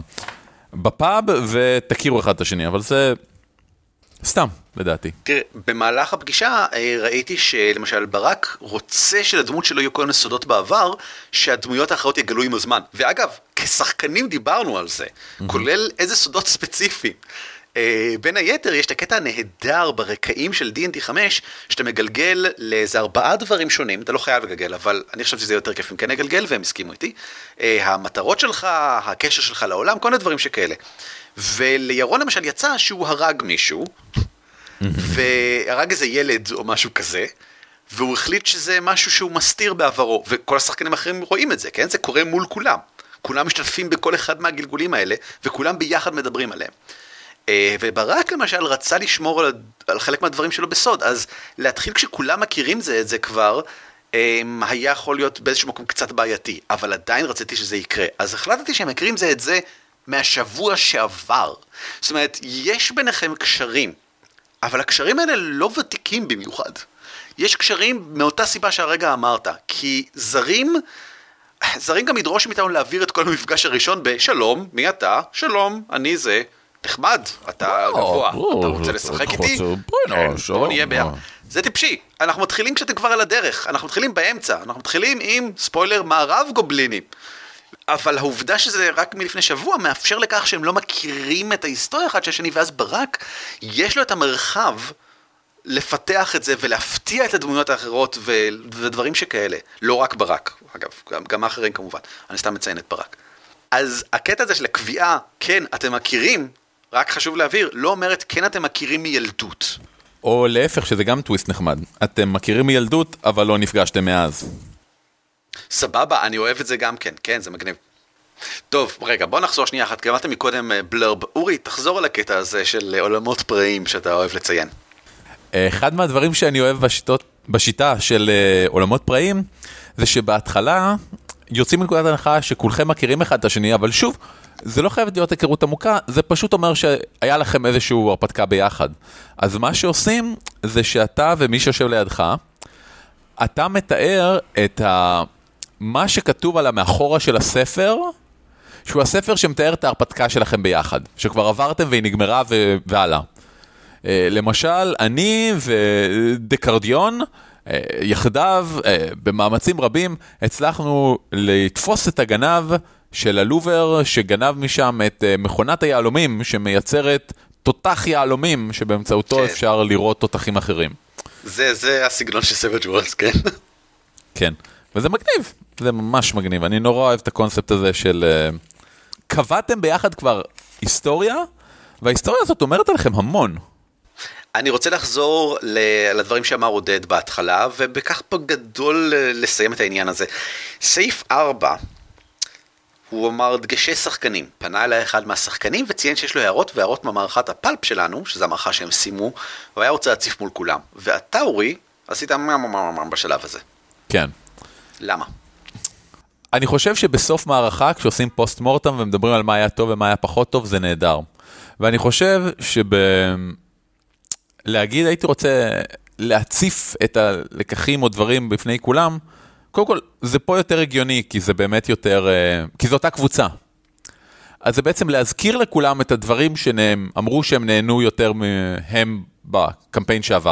בפאב, ותכירו אחד את השני, אבל זה סתם, לדעתי. תראה, במהלך הפגישה ראיתי שלמשל ברק רוצה שלדמות שלו יהיו כל מיני סודות בעבר, שהדמויות האחרות יגלו עם הזמן. ואגב, כשחקנים דיברנו על זה, כולל איזה סודות ספציפיים. בין היתר, יש את הקטע הנהדר ברקעים של די אנד די חמש, שאתה מגלגל לאיזה ארבעה דברים שונים, אתה לא חייב לגלגל, אבל אני חושב שזה יותר כיף אם כן נגלגל, והם הסכימו איתי. המטרות שלך, הקשר שלך לעולם, כל מיני דברים שכאלה. ולירון למשל יצא שהוא הרג מישהו, והרג איזה ילד או משהו כזה, והוא החליט שזה משהו שהוא מסתיר בעברו, וכל השחקנים האחרים רואים את זה, כן? זה קורה מול כולם. כולם משתתפים בכל אחד מהגלגולים האלה, וכולם ביחד מדברים עליהם. וברק למשל רצה לשמור על, על חלק מהדברים שלו בסוד, אז להתחיל כשכולם מכירים זה את זה כבר, היה יכול להיות באיזשהו מקום קצת בעייתי, אבל עדיין רציתי שזה יקרה. אז החלטתי שהם מכירים זה את זה מהשבוע שעבר. זאת אומרת, יש ביניכם קשרים, אבל הקשרים האלה לא ותיקים במיוחד. יש קשרים מאותה סיבה שהרגע אמרת, כי זרים, זרים גם ידרוש מאיתנו להעביר את כל המפגש הראשון בשלום, מי אתה? שלום, אני זה. נחמד, אתה גבוה, אתה רוצה לשחק איתי? בוא נהיה ביחד. זה טיפשי, אנחנו מתחילים כשאתם כבר על הדרך, אנחנו מתחילים באמצע, אנחנו מתחילים עם ספוילר מערב גובלינים. אבל העובדה שזה רק מלפני שבוע מאפשר לכך שהם לא מכירים את ההיסטוריה אחד של השני, ואז ברק יש לו את המרחב לפתח את זה ולהפתיע את הדמויות האחרות ודברים שכאלה. לא רק ברק, אגב, גם, גם האחרים כמובן, אני סתם מציין את ברק. אז הקטע הזה של הקביעה, כן, אתם מכירים, רק חשוב להבהיר, לא אומרת כן אתם מכירים מילדות. או להפך, שזה גם טוויסט נחמד. אתם מכירים מילדות, אבל לא נפגשתם מאז. סבבה, אני אוהב את זה גם כן, כן, זה מגניב. טוב, רגע, בוא נחזור שנייה אחת, קראתם מקודם בלרב. אורי, תחזור על הקטע הזה של עולמות פראיים שאתה אוהב לציין. אחד מהדברים שאני אוהב בשיטות, בשיטה של עולמות פראיים, זה שבהתחלה יוצאים מנקודת הנחה שכולכם מכירים אחד את השני, אבל שוב, זה לא חייבת להיות היכרות עמוקה, זה פשוט אומר שהיה לכם איזשהו הרפתקה ביחד. אז מה שעושים זה שאתה ומי שיושב לידך, אתה מתאר את ה... מה שכתוב על המאחורה של הספר, שהוא הספר שמתאר את ההרפתקה שלכם ביחד, שכבר עברתם והיא נגמרה ו... והלאה. למשל, אני ודקרדיון, יחדיו, במאמצים רבים, הצלחנו לתפוס את הגנב של הלובר, שגנב משם את מכונת היעלומים, שמייצרת תותח יעלומים, שבאמצעותו כן. אפשר לראות תותחים אחרים. זה, זה הסגנון של סייבג' וורס, כן? כן, וזה מגניב, זה ממש מגניב. אני נורא אוהב את הקונספט הזה של... קבעתם ביחד כבר היסטוריה, וההיסטוריה הזאת אומרת עליכם המון. אני רוצה לחזור לדברים שאמר עודד בהתחלה, ובכך בגדול לסיים את העניין הזה. סעיף ארבע, הוא אמר דגשי שחקנים. פנה אליי אחד מהשחקנים וציין שיש לו הערות והערות ממערכת הפלפ שלנו, שזו המערכה שהם שימו, והוא היה רוצה להציף מול כולם. ואתה, אורי, עשית ממממממ בשלב הזה. כן. למה? אני חושב שבסוף מערכה, כשעושים פוסט מורטם ומדברים על מה היה טוב ומה היה פחות טוב, זה נהדר. ואני חושב שב... להגיד, הייתי רוצה להציף את הלקחים או דברים בפני כולם, קודם כל, זה פה יותר הגיוני, כי זה באמת יותר, כי זו אותה קבוצה. אז זה בעצם להזכיר לכולם את הדברים שהם אמרו שהם נהנו יותר מהם בקמפיין שעבר.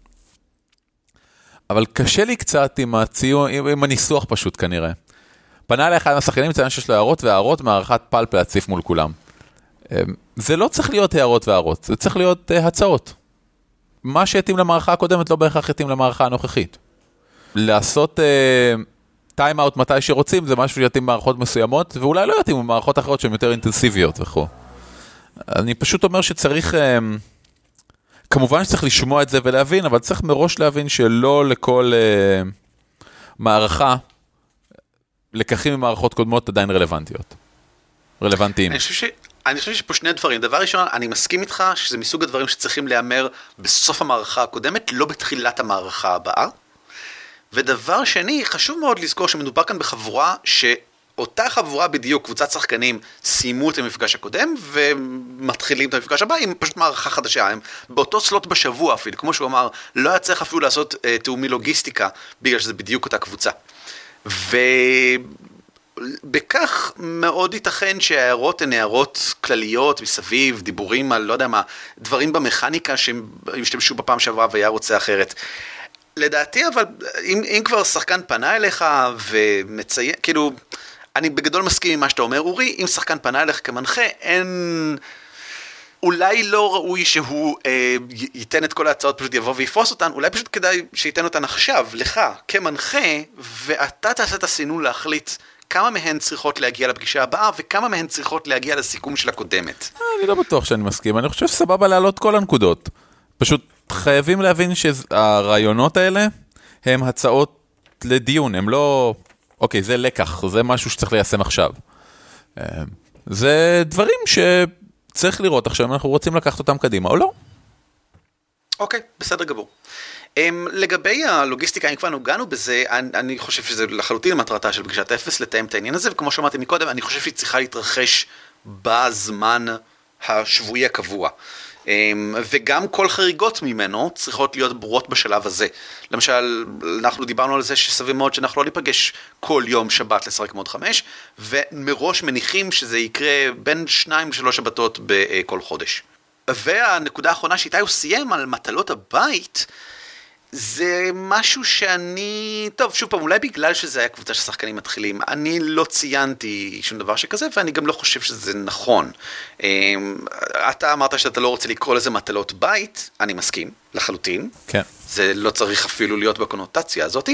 אבל קשה לי קצת עם הציון, עם הניסוח פשוט כנראה. פנה אליי אחד מהשחקנים, מציין שיש לו הערות והערות מערכת פלפ להציף מול כולם. זה לא צריך להיות הערות והערות, זה צריך להיות הצעות. מה שהתאים למערכה הקודמת לא בהכרח התאים למערכה הנוכחית. לעשות טיים אאוט מתי שרוצים, זה משהו שיתאים במערכות מסוימות, ואולי לא יתאים במערכות אחרות שהן יותר אינטנסיביות וכו'. אני פשוט אומר שצריך, כמובן שצריך לשמוע את זה ולהבין, אבל צריך מראש להבין שלא לכל מערכה, לקחים ממערכות קודמות עדיין רלוונטיות. רלוונטיים. אני חושב ש... אני חושב שפה שני דברים. דבר ראשון, אני מסכים איתך שזה מסוג הדברים שצריכים להיאמר בסוף המערכה הקודמת, לא בתחילת המערכה הבאה. ודבר שני, חשוב מאוד לזכור שמדובר כאן בחבורה שאותה חבורה בדיוק, קבוצת שחקנים, סיימו את המפגש הקודם ומתחילים את המפגש הבא עם פשוט מערכה חדשה. הם באותו סלוט בשבוע אפילו, כמו שהוא אמר, לא היה צריך אפילו לעשות uh, תאומי לוגיסטיקה, בגלל שזה בדיוק אותה קבוצה. ו... בכך מאוד ייתכן שההערות הן הערות כלליות מסביב, דיבורים על, לא יודע מה, דברים במכניקה שהם השתמשו בפעם שעברה והיה רוצה אחרת. לדעתי, אבל אם, אם כבר שחקן פנה אליך ומציין, כאילו, אני בגדול מסכים עם מה שאתה אומר, אורי, אם שחקן פנה אליך כמנחה, אין... אולי לא ראוי שהוא אה, ייתן את כל ההצעות, פשוט יבוא ויפרוס אותן, אולי פשוט כדאי שייתן אותן עכשיו, לך, כמנחה, ואתה תעשה את הסינון להחליט כמה מהן צריכות להגיע לפגישה הבאה, וכמה מהן צריכות להגיע לסיכום של הקודמת. אני לא בטוח שאני מסכים, אני חושב שסבבה להעלות כל הנקודות. פשוט חייבים להבין שהרעיונות האלה, הם הצעות לדיון, הם לא, אוקיי, זה לקח, זה משהו שצריך ליישם עכשיו. זה דברים שצריך לראות עכשיו, אנחנו רוצים לקחת אותם קדימה, או לא? אוקיי, בסדר גמור. Um, לגבי הלוגיסטיקה, אם כבר נוגענו בזה, אני, אני חושב שזה לחלוטין מטרתה של פגישת אפס, לתאם את העניין הזה, וכמו שאמרתי מקודם, אני חושב שהיא צריכה להתרחש בזמן השבועי הקבוע. Um, וגם כל חריגות ממנו צריכות להיות ברורות בשלב הזה. למשל, אנחנו דיברנו על זה שסביר מאוד שאנחנו לא ניפגש כל יום שבת לשחק מוד חמש, ומראש מניחים שזה יקרה בין שניים לשלוש שבתות בכל חודש. והנקודה האחרונה שאיתי הוא סיים על מטלות הבית, זה משהו שאני, טוב, שוב פעם, אולי בגלל שזה היה קבוצה של שחקנים מתחילים, אני לא ציינתי שום דבר שכזה, ואני גם לא חושב שזה נכון. אתה אמרת שאתה לא רוצה לקרוא לזה מטלות בית, אני מסכים, לחלוטין. כן. זה לא צריך אפילו להיות בקונוטציה הזאת,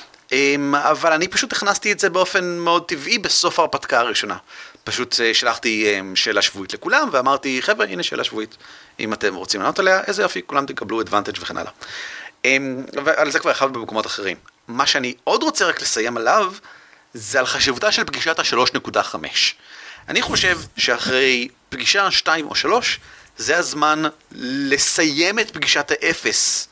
אבל אני פשוט הכנסתי את זה באופן מאוד טבעי בסוף ההרפתקה הראשונה. פשוט שלחתי שאלה שבועית לכולם, ואמרתי, חבר'ה, הנה שאלה שבועית. אם אתם רוצים לענות עליה, איזה יופי, כולם תקבלו אדוונטג' וכן הלאה. ועל זה כבר אחד במקומות אחרים. מה שאני עוד רוצה רק לסיים עליו, זה על חשיבותה של פגישת ה-שלוש נקודה חמש. אני חושב שאחרי פגישה שתיים או שלוש, זה הזמן לסיים את פגישת האפס,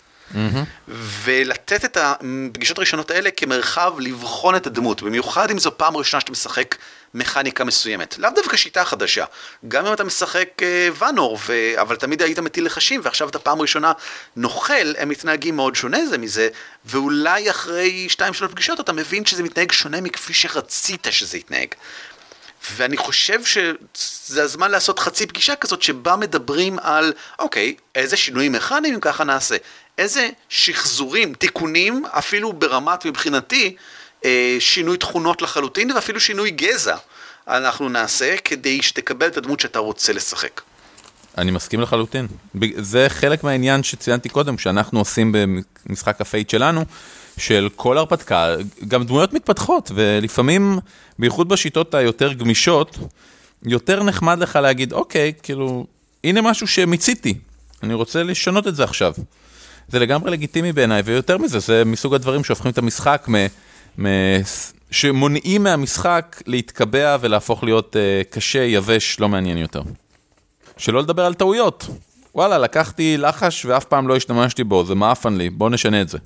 ולתת את הפגישות הראשונות האלה כמרחב לבחון את הדמות, במיוחד אם זו פעם ראשונה שאתה משחק מכניקה מסוימת, לאו דווקא שיטה חדשה, גם אם אתה משחק ונור, ו... אבל תמיד היית מטיל לחשים, ועכשיו אתה פעם ראשונה נוכל, הם מתנהגים מאוד שונה זה מזה, ואולי אחרי שתיים שלוש פגישות אתה מבין שזה מתנהג שונה מכפי שרצית שזה יתנהג. ואני חושב שזה הזמן לעשות חצי פגישה כזאת שבה מדברים על, אוקיי, איזה שינויים מכניים אם ככה נעשה, איזה שחזורים, תיקונים, אפילו ברמת מבחינתי, שינוי תכונות לחלוטין, ואפילו שינוי גזע אנחנו נעשה, כדי שתקבל את הדמות שאתה רוצה לשחק. אני מסכים לחלוטין. זה חלק מהעניין שציינתי קודם, שאנחנו עושים במשחק הפייט שלנו, של כל הרפתקה, גם דמויות מתפתחות, ולפעמים, בייחוד בשיטות היותר גמישות, יותר נחמד לך להגיד, אוקיי, כאילו, הנה משהו שמיציתי, אני רוצה לשנות את זה עכשיו. זה לגמרי לגיטימי בעיניי, ויותר מזה, זה מסוג הדברים שהופכים את המשחק, מ... מ... שמונעים מהמשחק להתקבע ולהפוך להיות uh, קשה, יבש, לא מעניין יותר. שלא לדבר על טעויות. וואלה, לקחתי לחש ואף פעם לא השתמשתי בו, זה מאפן לי, בואו נשנה את זה.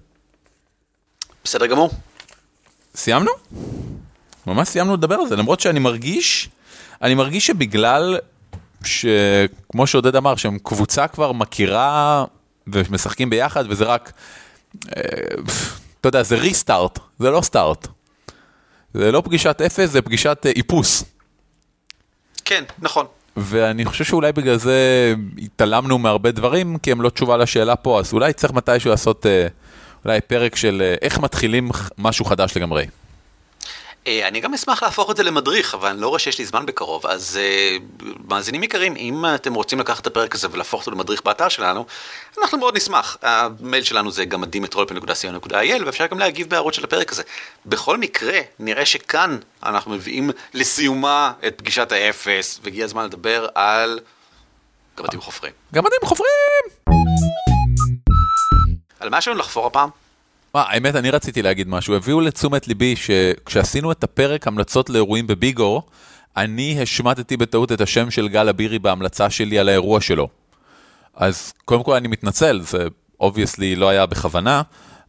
בסדר גמור. סיימנו? ממש סיימנו לדבר על זה, למרות שאני מרגיש, אני מרגיש שבגלל, שכמו שעודד אמר, שהם קבוצה כבר מכירה ומשחקים ביחד, וזה רק, אתה יודע, זה ריסטארט, זה לא סטארט. זה לא פגישת אפס, זה פגישת איפוס. כן, נכון. ואני חושב שאולי בגלל זה התעלמנו מהרבה דברים, כי הם לא תשובה לשאלה פה, אז אולי צריך מתישהו לעשות אולי פרק של איך מתחילים משהו חדש לגמרי. אני גם אשמח להפוך את זה למדריך, אבל אני לא רואה שיש לי זמן בקרוב, אז מאזינים יקרים, אם אתם רוצים לקחת את הפרק הזה ולהפוך אותו למדריך באתר שלנו, אנחנו מאוד נשמח. המייל שלנו זה גמדים את רולפן נקודה סי או נקודה איי אל, ואפשר גם להגיב בהערות של הפרק הזה. בכל מקרה, נראה שכאן אנחנו מביאים לסיומה את פגישת האפס, והגיע הזמן לדבר על גמדים חופרים. גמדים חופרים! על מה שלנו לחפור הפעם? מה, האמת, אני רציתי להגיד משהו. הביאו לתשומת ליבי שכשעשינו את הפרק המלצות לאירועים בביגור, אני השמטתי בטעות את השם של גל אבירי בהמלצה שלי על האירוע שלו. אז קודם כל אני מתנצל, זה obviously לא היה בכוונה,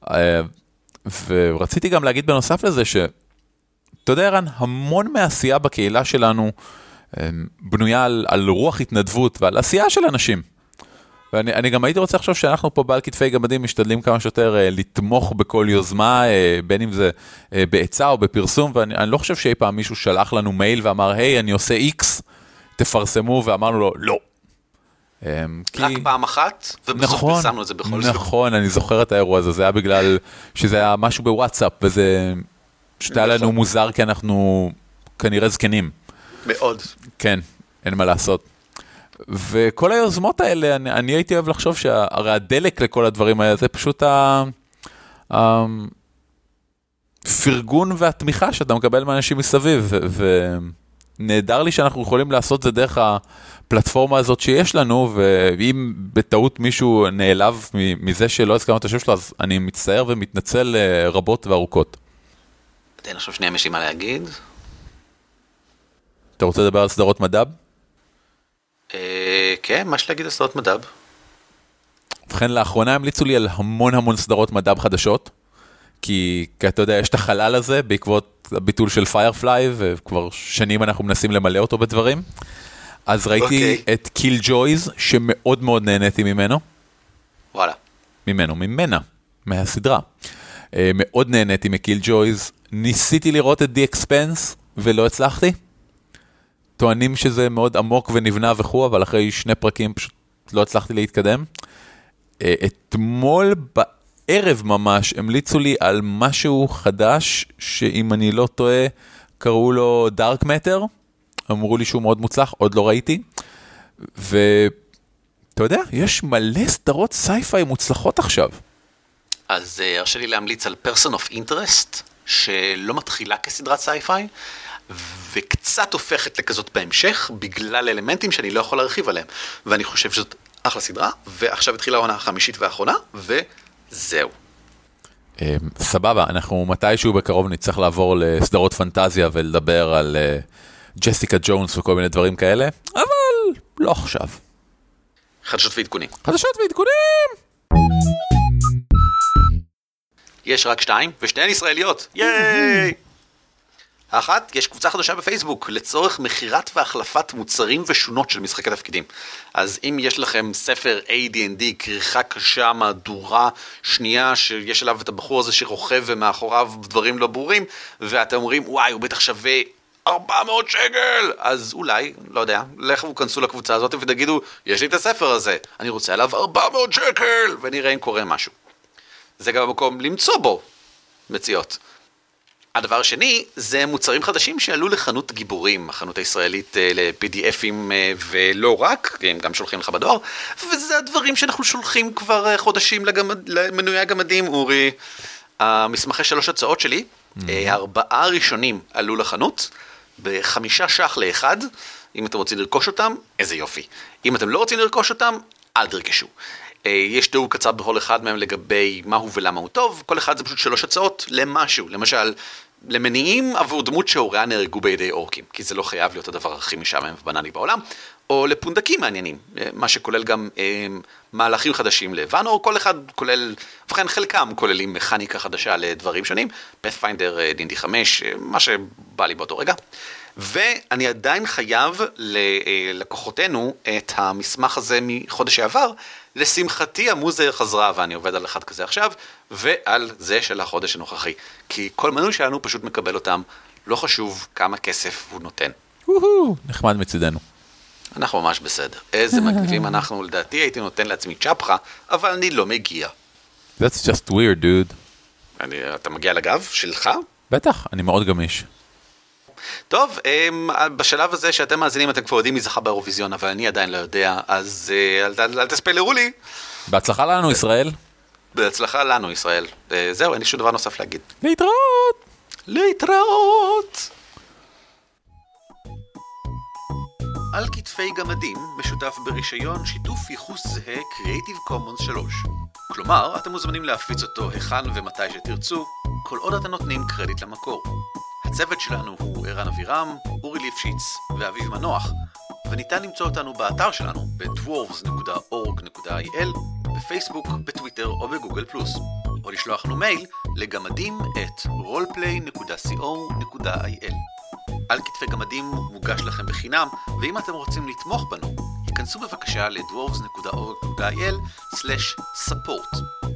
ורציתי גם להגיד בנוסף לזה ש... אתה יודע, רן, המון מהעשייה בקהילה שלנו בנויה על, על רוח התנדבות ועל עשייה של אנשים. ואני אני גם הייתי רוצה לחשוב שאנחנו פה בעל כתפי גמדים משתדלים כמה שיותר אה, לתמוך בכל יוזמה, אה, בין אם זה אה, בעצה או בפרסום, ואני אני לא חושב שאי פעם מישהו שלח לנו מייל ואמר, היי, אני עושה איקס, תפרסמו, ואמרנו לו, לא. אה, רק כי... פעם אחת, ובסוף נכון, פרסמנו את זה בכל זאת. נכון, אני זוכר את האירוע הזה, זה היה בגלל שזה היה משהו בוואטסאפ, וזה שתהיה לנו מוזר, כי אנחנו כנראה זקנים. מאוד. כן, אין מה לעשות. וכל היוזמות האלה, אני, אני הייתי אוהב לחשוב שהרי הדלק לכל הדברים האלה, זה פשוט הפרגון והתמיכה שאתה מקבל מאנשים מסביב, ו, נהדר לי שאנחנו יכולים לעשות זה דרך הפלטפורמה הזאת שיש לנו, ואם בטעות מישהו נעלב מזה שלא הזכרנו את השם שלו, אז אני מצטער ומתנצל רבות וארוכות. תן עכשיו שנייה יש לי מה להגיד. אתה רוצה לדבר על סדרות מדב? כן, מה שלהגיד על סדרות מדב? ובכן, לאחרונה המליצו לי על המון המון סדרות מדב חדשות, כי, כי אתה יודע, יש את החלל הזה בעקבות הביטול של פיירפליי, וכבר שנים אנחנו מנסים למלא אותו בדברים. אז ראיתי okay. את קיל ג'ויז, שמאוד מאוד נהניתי ממנו. וואלה. ממנו, ממנה, מהסדרה. מאוד נהניתי מקיל ג'ויז. ניסיתי לראות את The Expanse, ולא הצלחתי. טוענים שזה מאוד עמוק ונבנה וכו', אבל אחרי שני פרקים פשוט לא הצלחתי להתקדם. אתמול בערב ממש המליצו לי על משהו חדש, שאם אני לא טועה, קראו לו Dark Matter. אמרו לי שהוא מאוד מוצלח, עוד לא ראיתי. ואתה יודע, יש מלא סדרות סייפיי מוצלחות עכשיו. אז הרשה לי להמליץ על Person of Interest, שלא מתחילה כסדרת סייפיי, וקצת הופכת לכזאת בהמשך, בגלל אלמנטים שאני לא יכול להרחיב עליהם. ואני חושב שזאת אחלה סדרה, ועכשיו התחילה העונה החמישית והאחרונה, וזהו. סבבה, אנחנו מתישהו בקרוב נצטרך לעבור לסדרות פנטזיה, ולדבר על ג'סיקה ג'ונס וכל מיני דברים כאלה, אבל לא עכשיו. חדשות ועדכונים. חדשות ועדכונים! יש רק שתיים, ושתיהן ישראליות. ייי! האחת, יש קבוצה חדשה בפייסבוק, לצורך מחירת והחלפת מוצרים ושונות של משחקי תפקידים. אז אם יש לכם ספר איי די אנד די, כריכה קשה, מהדורה שנייה, שיש עליו את הבחור הזה שרוכב ומאחוריו דברים לא ברורים, ואתם אומרים, וואי, הוא בטח שווה ארבע מאות שקל, אז אולי, לא יודע, לכו וכנסו לקבוצה הזאת ותגידו, יש לי את הספר הזה, אני רוצה עליו ארבע מאות שקל, ונראה אם קורה משהו. זה גם המקום למצוא בו מציאות. הדבר השני, זה מוצרים חדשים שעלו לחנות גיבורים, החנות הישראלית ל-פי די אפים ולא רק, הם גם שולחים לך בדואר, וזה הדברים שאנחנו שולחים כבר חודשים לגמד, למנויי הגמדים, אורי. המסמכי שלוש הצעות שלי, mm-hmm. ארבעה ראשונים עלו לחנות, בחמישה שח לאחד, אם אתם רוצים לרכוש אותם, איזה יופי. אם אתם לא רוצים לרכוש אותם, אל תרכשו. יש דירוג קצר בכל אחד מהם לגבי מהו ולמה הוא טוב, כל אחד זה פשוט שלוש הצעות למשהו, למשל, למניעים עבור דמות שהוריה נהרגו בידי אורקים, כי זה לא חייב להיות הדבר הכי משעמם ובנאלי בעולם, או לפונדקים מעניינים, מה שכולל גם אה, מהלכים חדשים לוואנור, כל אחד כולל, ובכן חלקם כוללים מכניקה חדשה לדברים שונים, Pathfinder, די אנד די חמש, מה שבא לי באותו רגע, ואני עדיין חייב ללקוחותינו את המסמך הזה מחודש שעבר, לשמחתי המוזה חזרה, ואני עובד על אחד כזה עכשיו, ועל זה של החודש הנוכחי. כי כל מנוי שלנו פשוט מקבל אותם, לא חשוב כמה כסף הוא נותן. נחמד מצדנו. אנחנו ממש בסדר. איזה מגניבים אנחנו, לדעתי הייתי נותן לעצמי צ'פחה, אבל אני לא מגיע. That's just weird, dude. אני, אתה מגיע לגב שלך? בטח, אני מאוד גמיש. טוב, בשלב הזה שאתם מאזינים, אתם כבר יודעים מי זכה באירוויזיון, אבל אני עדיין לא יודע, אז אל, אל, אל תספלרו לי. בהצלחה לנו, ישראל. בהצלחה לנו, ישראל. זהו, אין לי שום דבר נוסף להגיד. להתראות! להתראות! על כתפי גמדים משותף ברישיון שיתוף ייחוס זהה Creative Commons שלוש. כלומר, אתם מוזמנים להפיץ אותו היכן ומתי שתרצו, כל עוד אתם נותנים קרדיט למקור. הצוות שלנו הוא ערן אבירם, אורי ליפשיץ ואביב מנוח, וניתן למצוא אותנו באתר שלנו ב-דוורבס נקודה אורג נקודה איי אל, בפייסבוק, בטוויטר או בגוגל פלוס, או לשלוח לנו מייל לגמדים את roleplay נקודה סי או נקודה איי אל. על כתפי גמדים מוגש לכם בחינם, ואם אתם רוצים לתמוך בנו, היכנסו בבקשה ל-דוורבס נקודה אורג נקודה איי אל סלש ספורט.